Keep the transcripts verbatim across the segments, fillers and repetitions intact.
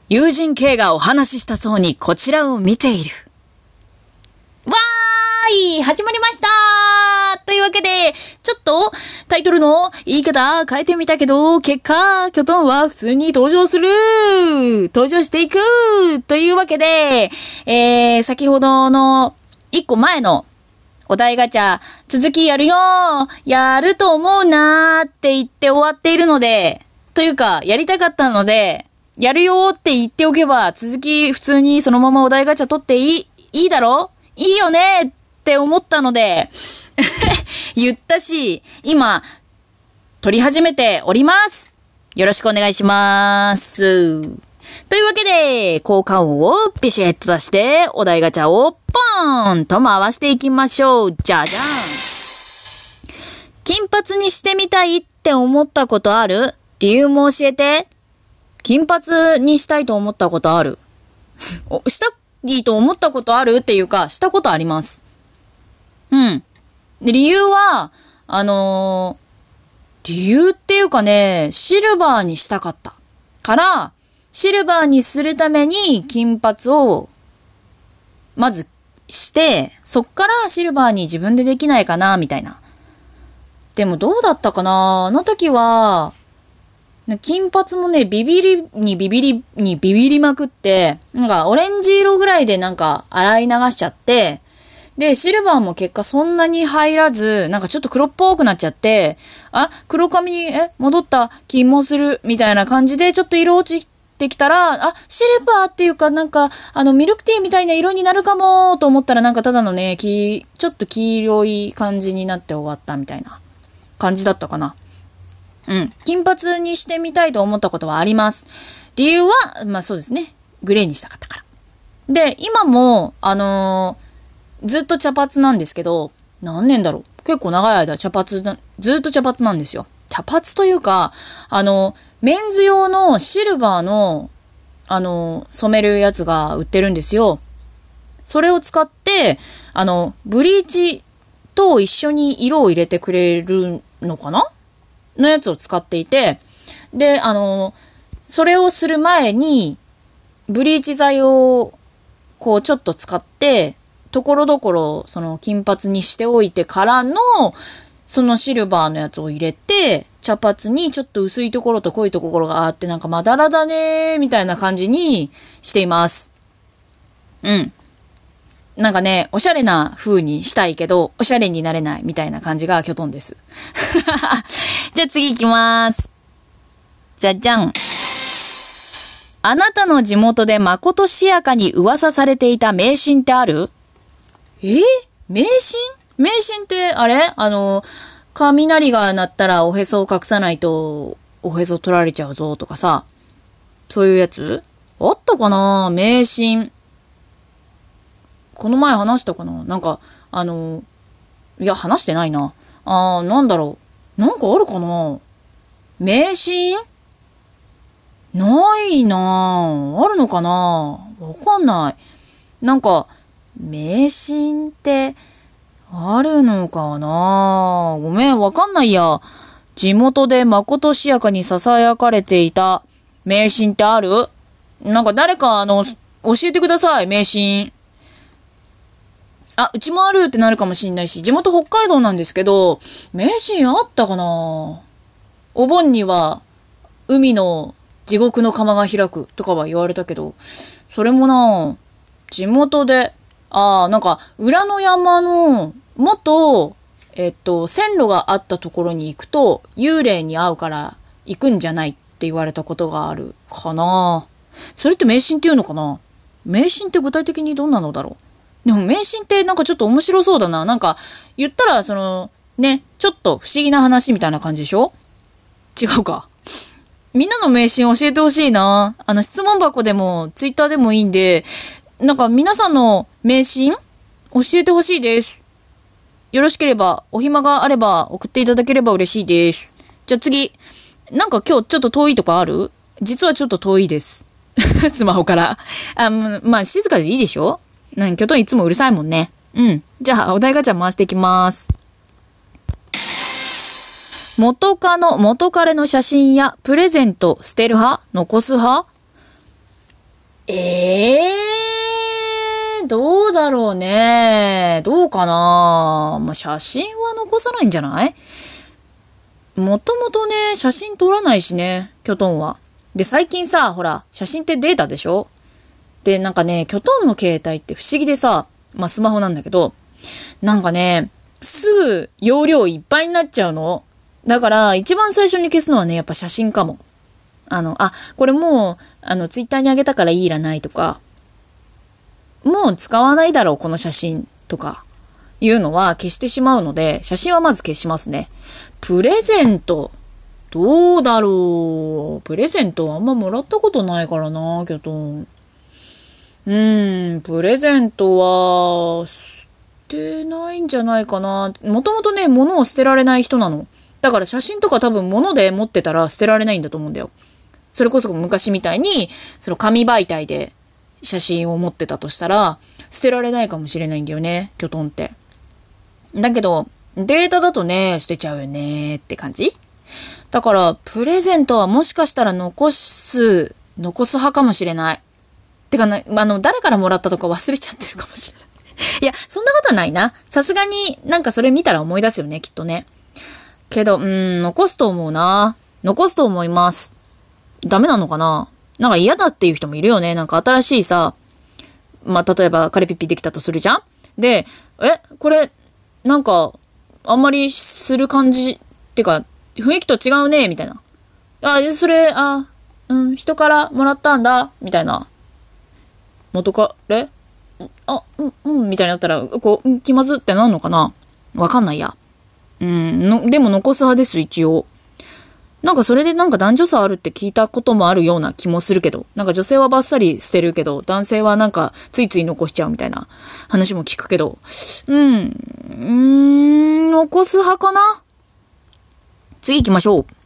友人 K がお話ししたそうにこちらを見ている。わーい始まりましたというわけで、ちょっとタイトルの言い方変えてみたけど、結果、キョトンは普通に登場する登場していくというわけで、えー、先ほどの一個前のお題ガチャ、続きやるよやると思うなーって言って終わっているので、というか、やりたかったので、やるよって言っておけば、続き普通にそのままお題ガチャ取っていい、いいだろいいよねって思ったので、言ったし、今、取り始めております。よろしくお願いします。というわけで、効果音をビシッと出して、お題ガチャをポーンと回していきましょう。じゃじゃん。金髪にしてみたいって思ったことある？理由も教えて。金髪にしたいと思ったことあるしたいいと思ったことあるっていうか、したことあります。うん。で、理由は、あのー、理由っていうかね、シルバーにしたかったから、シルバーにするために金髪を、まずして、そっからシルバーに自分でできないかな、みたいな。でもどうだったかな？あの時は、金髪もね、ビビりにビビりにビビりまくって、なんかオレンジ色ぐらいでなんか洗い流しちゃって、で、シルバーも結果そんなに入らず、なんかちょっと黒っぽくなっちゃって、あ、黒髪に、え、戻った気もする、みたいな感じで、ちょっと色落ちてきたら、あ、シルバーっていうかなんか、あの、ミルクティーみたいな色になるかも、と思ったらなんかただのね、き、ちょっと黄色い感じになって終わったみたいな感じだったかな。うん。金髪にしてみたいと思ったことはあります。理由は、まあそうですね。グレーにしたかったから。で、今も、あのー、ずっと茶髪なんですけど、何年だろう。結構長い間茶髪な、ずっと茶髪なんですよ。茶髪というか、あの、メンズ用のシルバーの、あの、染めるやつが売ってるんですよ。それを使って、あの、ブリーチと一緒に色を入れてくれるのかなのやつを使っていて、で、あの、それをする前に、ブリーチ剤を、こう、ちょっと使って、ところどころ、その、金髪にしておいてからの、そのシルバーのやつを入れて、茶髪にちょっと薄いところと濃いところがあって、なんかまだらだねー、みたいな感じにしています。うん。なんかね、おしゃれな風にしたいけど、おしゃれになれないみたいな感じがキョトンです。じゃあ次行きます。じゃじゃん。あなたの地元でまことしやかに噂されていた迷信ってある？えー、迷信？迷信ってあれ？あの、雷が鳴ったらおへそを隠さないとおへそ取られちゃうぞとかさ。そういうやつ？あったかな？迷信。この前話したかな？なんか、あの、いや、話してないな。あー、なんだろう。なんかあるかな？迷信？ないなぁ。あるのかな？わかんない。なんか、迷信ってあるのかな？ごめん、わかんないや。地元でまことしやかに囁かれていた迷信ってある？なんか誰か、あの、教えてください、迷信。あ、うちもあるってなるかもしんないし、地元北海道なんですけど、迷信あったかな？お盆には、海の地獄の釜が開くとかは言われたけど、それもな、地元で、ああ、なんか、裏の山の、元、えっと、線路があったところに行くと、幽霊に会うから行くんじゃないって言われたことがあるかな。それって迷信っていうのかな？迷信って具体的にどんなのだろう？でも迷信ってなんかちょっと面白そうだな。なんか言ったらそのね、ちょっと不思議な話みたいな感じでしょ？違うか。みんなの迷信教えてほしいな。あの質問箱でもツイッターでもいいんで、なんか皆さんの迷信教えてほしいです。よろしければお暇があれば送っていただければ嬉しいです。じゃあ次。なんか今日ちょっと遠いとかある？実はちょっと遠いです。スマホから。あ、まあ静かでいいでしょ？なん、キョトンいつもうるさいもんね。うん。じゃあ、お題ガチャ回していきます。元カノ、元彼の写真やプレゼント捨てる派？残す派？ えー、どうだろうね。どうかな。まあ、写真は残さないんじゃない？もともとね、写真撮らないしね、キョトンは。で、最近さ、ほら、写真ってデータでしょ？で、なんかね、キョトンの携帯って不思議でさ、まあ、スマホなんだけど、なんかね、すぐ容量いっぱいになっちゃうの。だから、一番最初に消すのはね、やっぱ写真かも。あの、あ、これもう、あの、ツイッターに上げたからいいらないとか、もう使わないだろう、この写真とか、いうのは消してしまうので、写真はまず消しますね。プレゼント。どうだろう。プレゼントはあんまもらったことないからな、キョトン。うーん、プレゼントは、捨てないんじゃないかな。もともとね、物を捨てられない人なの。だから写真とか多分物で持ってたら捨てられないんだと思うんだよ。それこそ昔みたいに、その紙媒体で写真を持ってたとしたら、捨てられないかもしれないんだよね、キョトンって。だけど、データだとね、捨てちゃうよねって感じ？だから、プレゼントはもしかしたら残す、残す派かもしれない。てかな、あの、誰からもらったとか忘れちゃってるかもしれない。いや、そんなことはないな。さすがになんかそれ見たら思い出すよね、きっとね。けど、うーん、残すと思うな。残すと思います。ダメなのかな？なんか嫌だっていう人もいるよね。なんか新しいさ、まあ、例えばカレピッピできたとするじゃん？で、え、これ、なんか、あんまりする感じ、ってか、雰囲気と違うね、みたいな。あ、それ、あ、うん、人からもらったんだ、みたいな。元カレ？あ、うん、うん、みたいになったら、こう、気まずってなんのかな？わかんないや。うん、の、でも残す派です、一応。なんかそれでなんか男女差あるって聞いたこともあるような気もするけど、なんか女性はバッサリ捨てるけど、男性はなんかついつい残しちゃうみたいな話も聞くけど、うん、うーん、残す派かな？次行きましょう。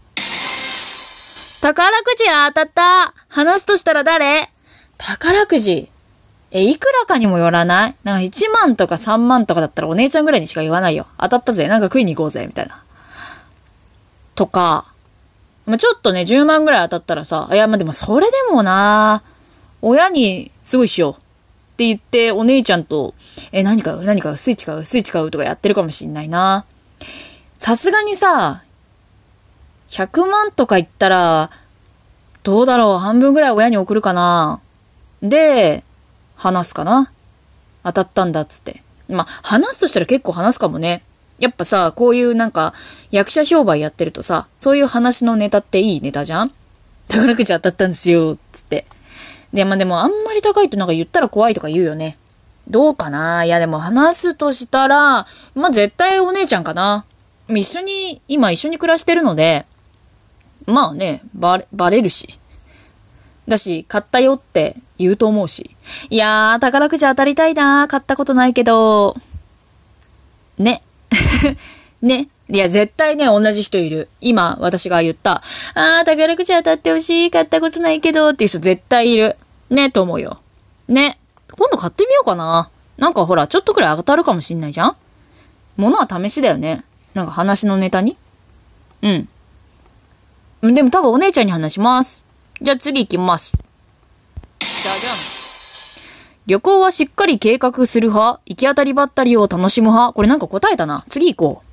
宝くじ当たった。話すとしたら誰？宝くじ。え、いくらかにもよらない？なんかいちまんとかさんまんとかだったらお姉ちゃんぐらいにしか言わないよ。当たったぜ。なんか食いに行こうぜ。みたいな。とか、まあ、ちょっとね、じゅうまんぐらい当たったらさ、いや、まあ、でもそれでもな、親にすごいしようって言って、お姉ちゃんと、え、何買う何買うスイッチ買うスイッチ買うとかやってるかもしんないな。さすがにさ、ひゃくまんとか言ったら、どうだろう、半分ぐらい親に送るかな。で、話すかな。当たったんだっつって。まあ、話すとしたら結構話すかもね。やっぱさ、こういうなんか、役者商売やってるとさ、そういう話のネタっていいネタじゃん？宝くじ当たったんですよ、つって。で、まあでもあんまり高いとなんか言ったら怖いとか言うよね。どうかな？いやでも話すとしたら、まあ絶対お姉ちゃんかな。一緒に、今一緒に暮らしてるので、まあね、バレ、バレるし。だし、買ったよって言うと思うし。いやー、宝くじ当たりたいなー。買ったことないけど。ね。ね。いや、絶対ね、同じ人いる。今、私が言った、あー、宝くじ当たってほしい。買ったことないけど。っていう人絶対いる。ね、と思うよ。ね。今度買ってみようかな。なんかほら、ちょっとくらい当たるかもしんないじゃん？物は試しだよね。なんか話のネタに。うん。でも多分お姉ちゃんに話します。じゃあ次行きます。じゃじゃん。旅行はしっかり計画する派？行き当たりばったりを楽しむ派？これなんか答えたな。次行こう。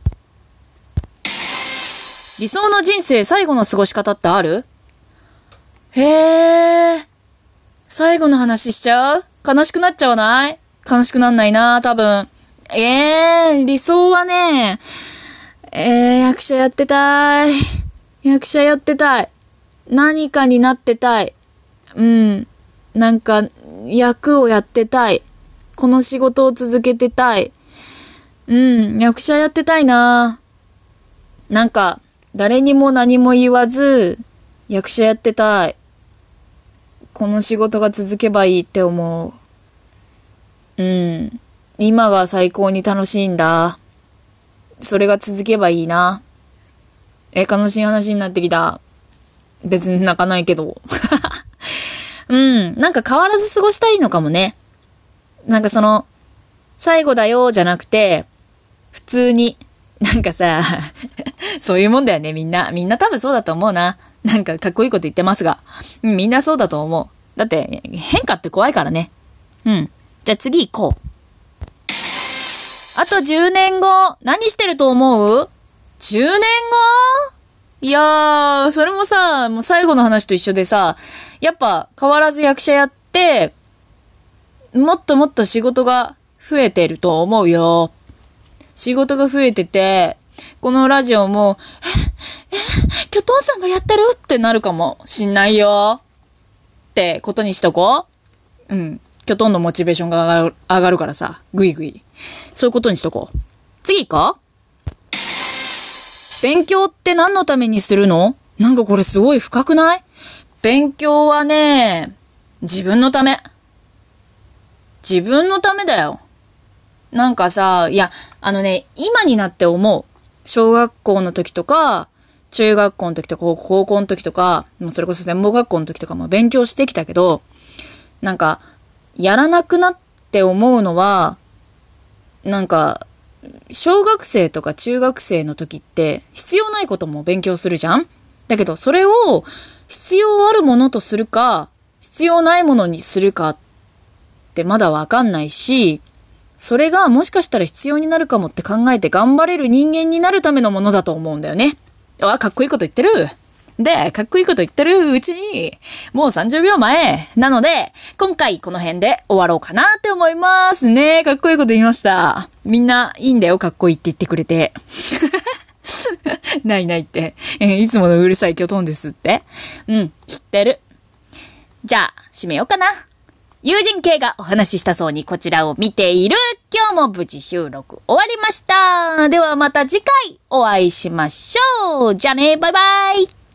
理想の人生最後の過ごし方ってある？へー。最後の話しちゃう？悲しくなっちゃわない？悲しくなんないな、多分。えー、理想はね、えー、役者やってたい。役者やってたい。何かになってたい。うん。なんか、役をやってたい。この仕事を続けてたい。うん、役者やってたいな。なんか、誰にも何も言わず、役者やってたい。この仕事が続けばいいって思う。うん。今が最高に楽しいんだ。それが続けばいいな。え、悲しい話になってきた。別に泣かないけど。うん。なんか変わらず過ごしたいのかもね。なんかその、最後だよじゃなくて、普通に、なんかさ、そういうもんだよね、みんな。みんな多分そうだと思うな。なんかかっこいいこと言ってますが。うん、みんなそうだと思だって、変化って怖いからね。うん。じゃあ次行こう。あとじゅうねんご、何してると思う ?じゅう 年後いやー、それもさ、もう最後の話と一緒でさ、やっぱ変わらず役者やって、もっともっと仕事が増えてると思うよ。仕事が増えてて、このラジオも、え、え、キョトンさんがやってるってなるかもしんないよ。ってことにしとこう。うん。キョトンのモチベーションが上がる、上がるからさ、ぐいぐい。そういうことにしとこう。次行こう。勉強って何のためにするの？なんかこれすごい深くない？勉強はね、自分のため。自分のためだよ。なんかさ、いや、あのね、今になって思う。小学校の時とか、中学校の時とか、高校の時とか、それこそ専門学校の時とかも勉強してきたけど、なんか、やらなくなって思うのは、なんか、小学生とか中学生の時って必要ないことも勉強するじゃん？だけどそれを必要あるものとするか、必要ないものにするかってまだわかんないし、それがもしかしたら必要になるかもって考えて頑張れる人間になるためのものだと思うんだよね。あ、かっこいいこと言ってる。で、かっこいいこと言ってるうちに、もうさんじゅうびょうまえ。なので、今回この辺で終わろうかなって思いますね。かっこいいこと言いました。みんないいんだよ、かっこいいって言ってくれて。ないないって、えー。いつものうるさいキョトンですって。うん、知ってる。じゃあ、締めようかな。友人系がお話ししたそうにこちらを見ている。今日も無事収録終わりました。ではまた次回お会いしましょう。じゃあね、バイバイ。